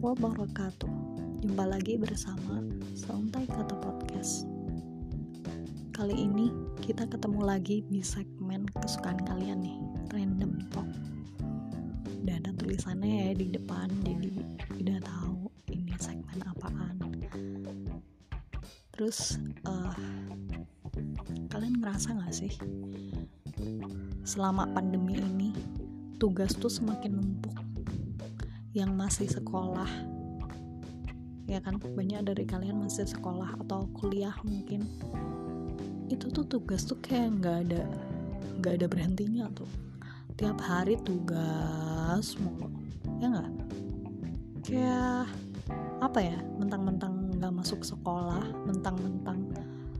wabarakatuh. Jumpa lagi bersama Santai Kata Podcast. Kali ini kita ketemu lagi di segmen kesukaan kalian nih, Random Talk. Udah ada tulisannya ya di depan, jadi udah tahu ini segmen apaan. Terus kalian ngerasa gak sih selama pandemi ini tugas tuh semakin numpuk? Yang masih sekolah, ya kan, banyak dari kalian masih sekolah atau kuliah mungkin, itu tuh tugas tuh kayak nggak ada berhentinya tuh, tiap hari tugas mulu, ya nggak? Kayak apa ya, mentang-mentang nggak masuk sekolah, mentang-mentang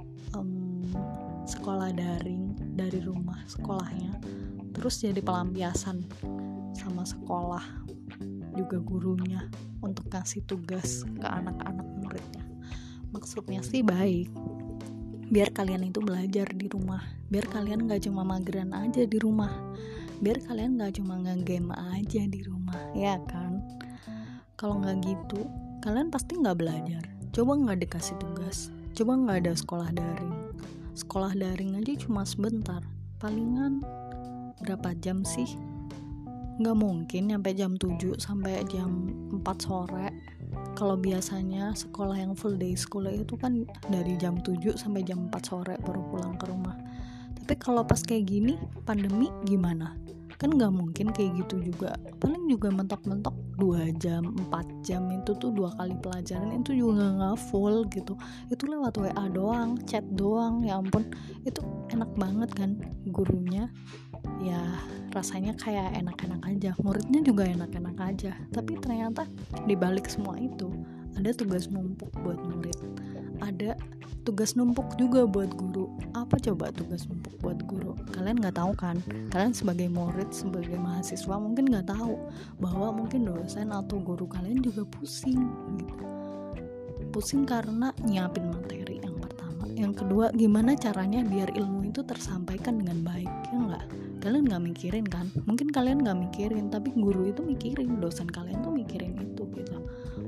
sekolah daring dari rumah sekolahnya, terus jadi pelampiasan sama sekolah juga gurunya untuk kasih tugas ke anak-anak muridnya. Maksudnya sih baik, biar kalian itu belajar di rumah, biar kalian gak cuma mageran aja di rumah, biar kalian gak cuma nge-game aja di rumah, ya kan? Kalau gak gitu, kalian pasti gak belajar. Coba gak dikasih tugas, coba gak ada sekolah daring. Sekolah daring aja cuma sebentar, palingan berapa jam sih? Nggak mungkin nyampe jam 7 sampai jam 4 sore. Kalau biasanya sekolah yang full day school itu kan dari jam 7 sampai jam 4 sore baru pulang ke rumah. Tapi kalau pas kayak gini, pandemi gimana? Kan nggak mungkin kayak gitu juga. Paling juga mentok-mentok 2 jam, 4 jam itu tuh 2 kali pelajaran, itu juga nggak full gitu. Itu lewat WA doang, chat doang, ya ampun. Itu enak banget kan gurunya. Ya rasanya kayak enak-enak aja, muridnya juga enak-enak aja. Tapi ternyata dibalik semua itu ada tugas numpuk buat murid, ada tugas numpuk juga buat guru. Apa coba tugas numpuk buat guru? Kalian nggak tahu kan? Kalian sebagai murid, sebagai mahasiswa mungkin nggak tahu bahwa mungkin dosen atau guru kalian juga pusing gitu. Pusing karena nyiapin materi yang pertama. Yang kedua, gimana caranya biar ilmu itu tersampaikan dengan baik, ya nggak? Kalian nggak mikirin kan? Mungkin kalian nggak mikirin, tapi guru itu mikirin, dosen kalian tuh mikirin itu gitu.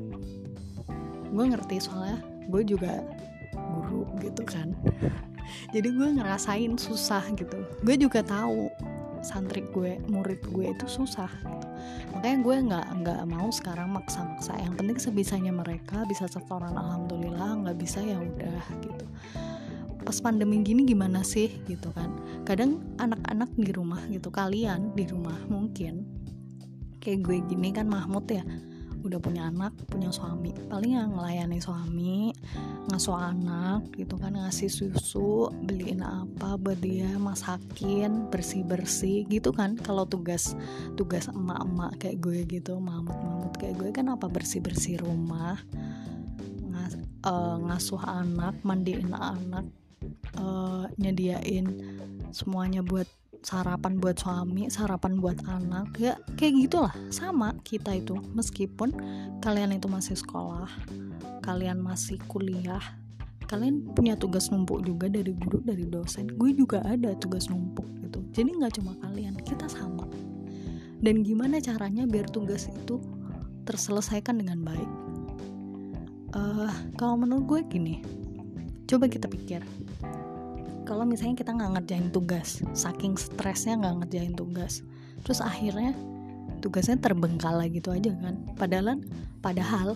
Gue ngerti soalnya gue juga guru gitu kan. Jadi gue ngerasain susah gitu. Gue juga tahu santri gue, murid gue itu susah gitu. Makanya gue nggak mau sekarang maksa-maksa. Yang penting sebisanya mereka bisa setoran, alhamdulillah. Nggak bisa ya udah gitu. Pas pandemi gini gimana sih gitu kan? Kadang anak-anak di rumah gitu, kalian di rumah mungkin kayak gue gini kan, Mahmud ya, udah punya anak, punya suami, paling yang ngelayani suami, ngasuh anak gitu kan, ngasih susu, beliin apa buat dia, masakin, bersih-bersih gitu kan. Kalau tugas emak-emak kayak gue gitu, Mahmud kayak gue kan apa, bersih-bersih rumah, ngasuh anak, mandiin anak, nyediain semuanya buat sarapan buat suami, sarapan buat anak, ya kayak gitulah. Sama kita itu, meskipun kalian itu masih sekolah, kalian masih kuliah, kalian punya tugas numpuk juga dari guru, dari dosen. Gue juga ada tugas numpuk gitu. Jadi nggak cuma kalian, kita sama. Dan gimana caranya biar tugas itu terselesaikan dengan baik? Kalau menurut gue gini, coba kita pikir, kalau misalnya kita nggak ngerjain tugas, saking stresnya nggak ngerjain tugas, terus akhirnya tugasnya terbengkalai gitu aja kan. Padahal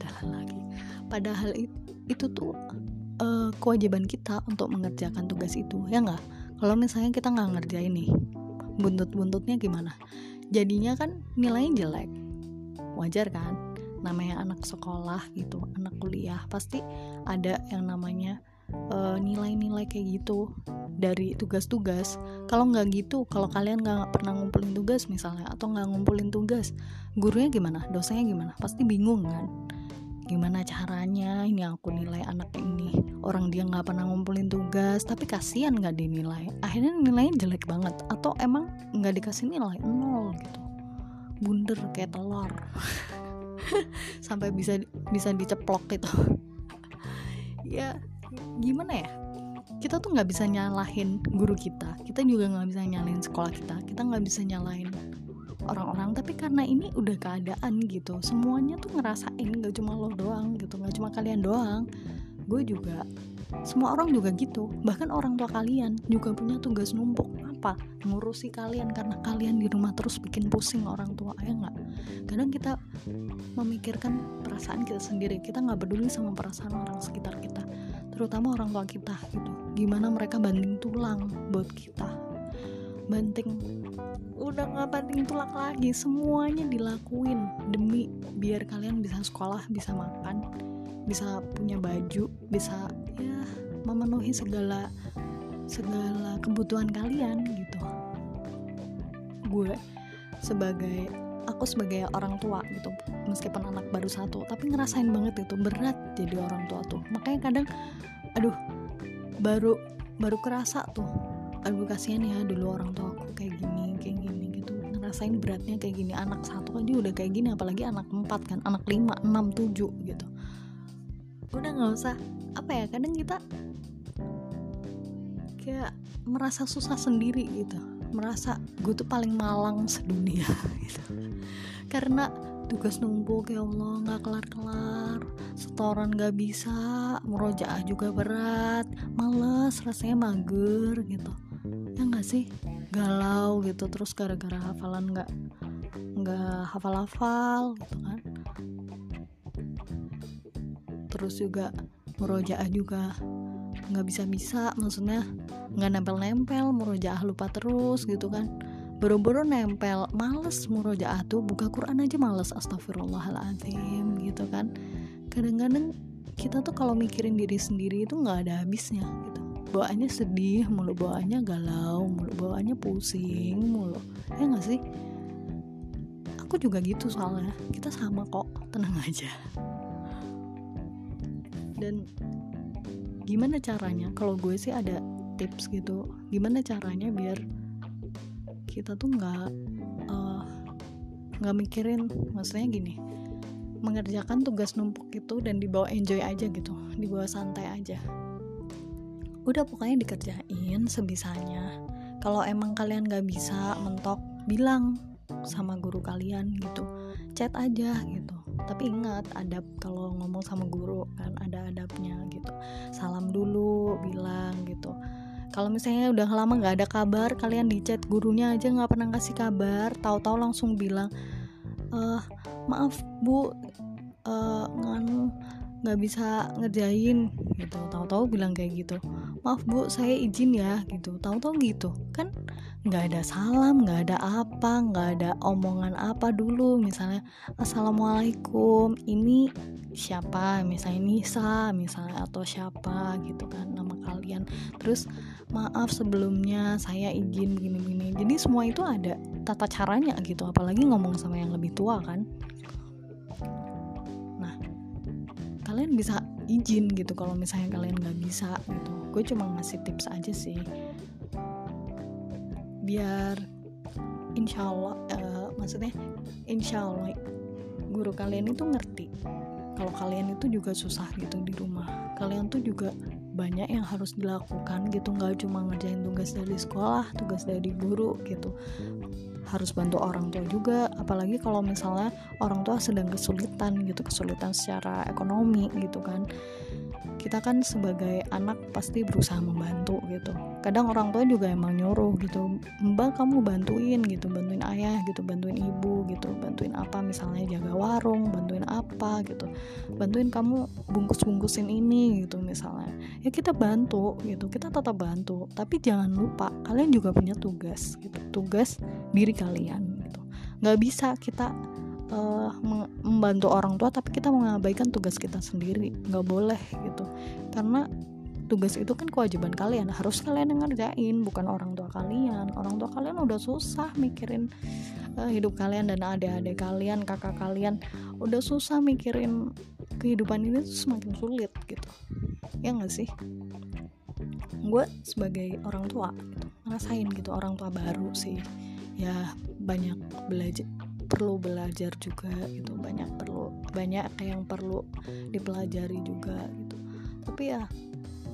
itu tuh kewajiban kita untuk mengerjakan tugas itu, ya nggak? Kalau misalnya kita nggak ngerjain nih, buntut-buntutnya gimana? Jadinya kan nilainya jelek, wajar kan? Namanya anak sekolah gitu, anak kuliah, pasti ada yang namanya nilai-nilai kayak gitu dari tugas-tugas. Kalau nggak gitu, kalau kalian nggak pernah ngumpulin tugas misalnya, atau nggak ngumpulin tugas, gurunya gimana, dosennya gimana? Pasti bingung kan, gimana caranya ini aku nilai anak ini, orang dia nggak pernah ngumpulin tugas, tapi kasihan nggak dinilai, akhirnya nilainya jelek banget, atau emang nggak dikasih nilai 0 gitu, bunder kayak telur sampai bisa diceplok gitu. Ya gimana ya, kita tuh nggak bisa nyalahin guru kita juga nggak bisa nyalahin sekolah kita nggak bisa nyalahin orang-orang, tapi karena ini udah keadaan gitu, semuanya tuh ngerasain, gak cuma lo doang gitu, gak cuma kalian doang, gue juga, semua orang juga gitu. Bahkan orang tua kalian juga punya tugas numpuk, apa? Ngurusi kalian, karena kalian di rumah terus bikin pusing orang tua, ya nggak? Kadang kita memikirkan perasaan kita sendiri, kita nggak peduli sama perasaan orang sekitar kita, terutama orang tua kita gitu. Gimana mereka banting tulang buat kita, udah nggak banting tulang lagi, semuanya dilakuin demi biar kalian bisa sekolah, bisa makan, bisa punya baju, bisa ya memenuhi segala kebutuhan kalian gitu. Aku sebagai orang tua gitu, meskipun anak baru 1, tapi ngerasain banget itu berat jadi orang tua tuh. Makanya kadang baru kerasa tuh, aduh kasihan ya dulu orang tua aku kayak gini gitu, ngerasain beratnya kayak gini. Anak 1 aja udah kayak gini, apalagi anak 4 kan, anak 5, 6, 7 gitu. Udah nggak usah kadang kita kayak merasa susah sendiri gitu, merasa gue tuh paling malang sedunia gitu, karena tugas numpuk, ya Allah, nggak kelar-kelar, setoran nggak bisa, murojaah juga berat, males, rasanya mager gitu, ya nggak sih, galau gitu, terus gara-gara hafalan nggak hafal gitu kan, terus juga murojaah juga nggak bisa, maksudnya nggak nempel, murojaah lupa terus gitu kan, boro-boro nempel, males murojaah tuh, buka Quran aja males, astagfirullahaladzim gitu kan. Kadang-kadang kita tuh kalau mikirin diri sendiri itu nggak ada habisnya gitu, bawaannya sedih mulu, bawaannya galau mulu, bawaannya pusing mulu, ya nggak sih? Aku juga gitu soalnya, kita sama kok, tenang aja. Dan gimana caranya? Kalau gue sih ada tips gitu, gimana caranya biar kita tuh nggak mikirin, maksudnya gini, mengerjakan tugas numpuk itu dan dibawa enjoy aja gitu, dibawa santai aja. Udah pokoknya dikerjain sebisanya. Kalau emang kalian nggak bisa mentok, bilang sama guru kalian gitu, chat aja gitu. Tapi ingat adab, kalau ngomong sama guru kan ada adabnya gitu, salam dulu, bilang gitu. Kalau misalnya udah lama nggak ada kabar, kalian di chat gurunya aja nggak pernah kasih kabar, tahu-tahu langsung bilang, maaf bu, nggak bisa ngerjain gitu, tahu-tahu bilang kayak gitu, maaf bu saya izin ya gitu, tahu-tahu gitu kan, nggak ada salam, nggak ada apa, nggak ada omongan apa dulu, misalnya assalamualaikum, ini siapa, misalnya Nisa misalnya, atau siapa gitu kan nama kalian, terus maaf sebelumnya saya izin begini-begini. Jadi semua itu ada tata caranya gitu, apalagi ngomong sama yang lebih tua kan. Nah, kalian bisa izin gitu kalau misalnya kalian nggak bisa gitu. Gue cuma ngasih tips aja sih, biar insya Allah guru kalian itu ngerti kalau kalian itu juga susah gitu di rumah. Kalian tuh juga banyak yang harus dilakukan gitu, nggak cuma ngerjain tugas dari sekolah, tugas dari guru gitu, harus bantu orang tua juga, apalagi kalau misalnya orang tua sedang kesulitan secara ekonomi gitu kan. Kita kan sebagai anak pasti berusaha membantu gitu. Kadang orang tua juga emang nyuruh gitu, mbak kamu bantuin gitu, bantuin ayah gitu, bantuin ibu gitu, bantuin apa, misalnya jaga warung, bantuin apa gitu, bantuin kamu bungkus-bungkusin ini gitu misalnya. Ya kita bantu gitu, kita tetap bantu, tapi jangan lupa kalian juga punya tugas gitu, tugas diri kalian gitu. Nggak bisa kita membantu orang tua tapi kita mengabaikan tugas kita sendiri, nggak boleh gitu, karena tugas itu kan kewajiban kalian, harus kalian yang ngerjain, bukan orang tua kalian. Orang tua kalian udah susah mikirin hidup kalian dan adik-adik kalian, kakak kalian udah susah mikirin kehidupan ini tuh semakin sulit gitu, ya nggak sih? Gue sebagai orang tua gitu, ngerasain gitu, orang tua baru sih ya, banyak perlu belajar juga gitu, banyak yang perlu dipelajari juga gitu. Tapi ya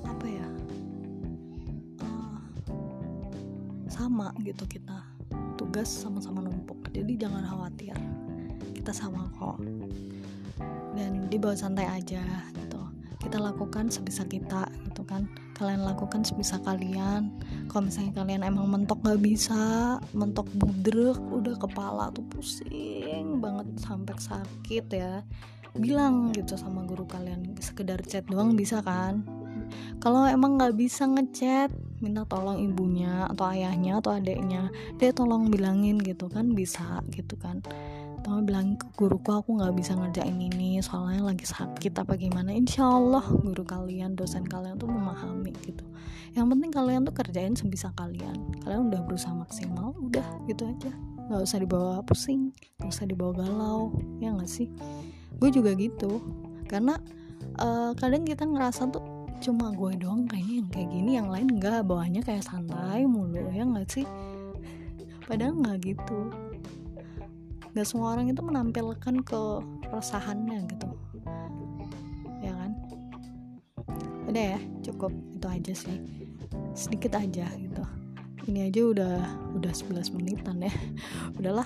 sama gitu, kita tugas sama-sama numpuk, jadi jangan khawatir, kita sama kok, dan dibawa santai aja gitu. Kita lakukan sebisa kita gitu kan, kalian lakukan sebisa kalian. Kalau misalnya kalian emang mentok gak bisa, mentok budrek, udah kepala tuh pusing banget sampai sakit ya, bilang gitu sama guru kalian, sekedar chat doang bisa kan. Kalau emang gak bisa ngechat, minta tolong ibunya atau ayahnya atau adeknya, dia tolong bilangin gitu kan, bisa gitu kan. Tolong bilang ke guruku aku gak bisa ngerjain ini soalnya lagi sakit apa gimana. Insya Allah guru kalian, dosen kalian tuh memahami gitu. Yang penting kalian tuh kerjain sebisa kalian udah berusaha maksimal, udah gitu aja, gak usah dibawa pusing, gak usah dibawa galau, ya gak sih? Gue juga gitu, karena kadang kita ngerasa tuh cuma gue doang kayaknya yang kayak gini, yang lain enggak, bawahnya kayak santai mulu, ya gak sih? Padahal gak gitu, gak semua orang itu menampilkan keresahannya gitu, ya kan? Udah ya, cukup itu aja sih, sedikit aja gitu. Ini aja udah 11 menitan ya. Udahlah,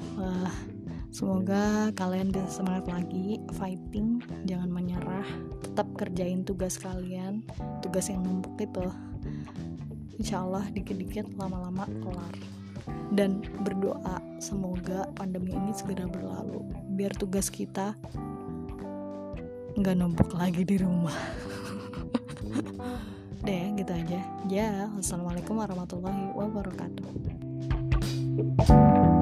semoga kalian bisa semangat lagi, fighting, jangan menyerah, tetap kerjain tugas kalian, tugas yang numpuk itu. Insya Allah dikit-dikit lama-lama kelar. Dan berdoa semoga pandemi ini segera berlalu, biar tugas kita nggak numpuk lagi di rumah. Deh gitu aja ya. Assalamualaikum warahmatullahi wabarakatuh.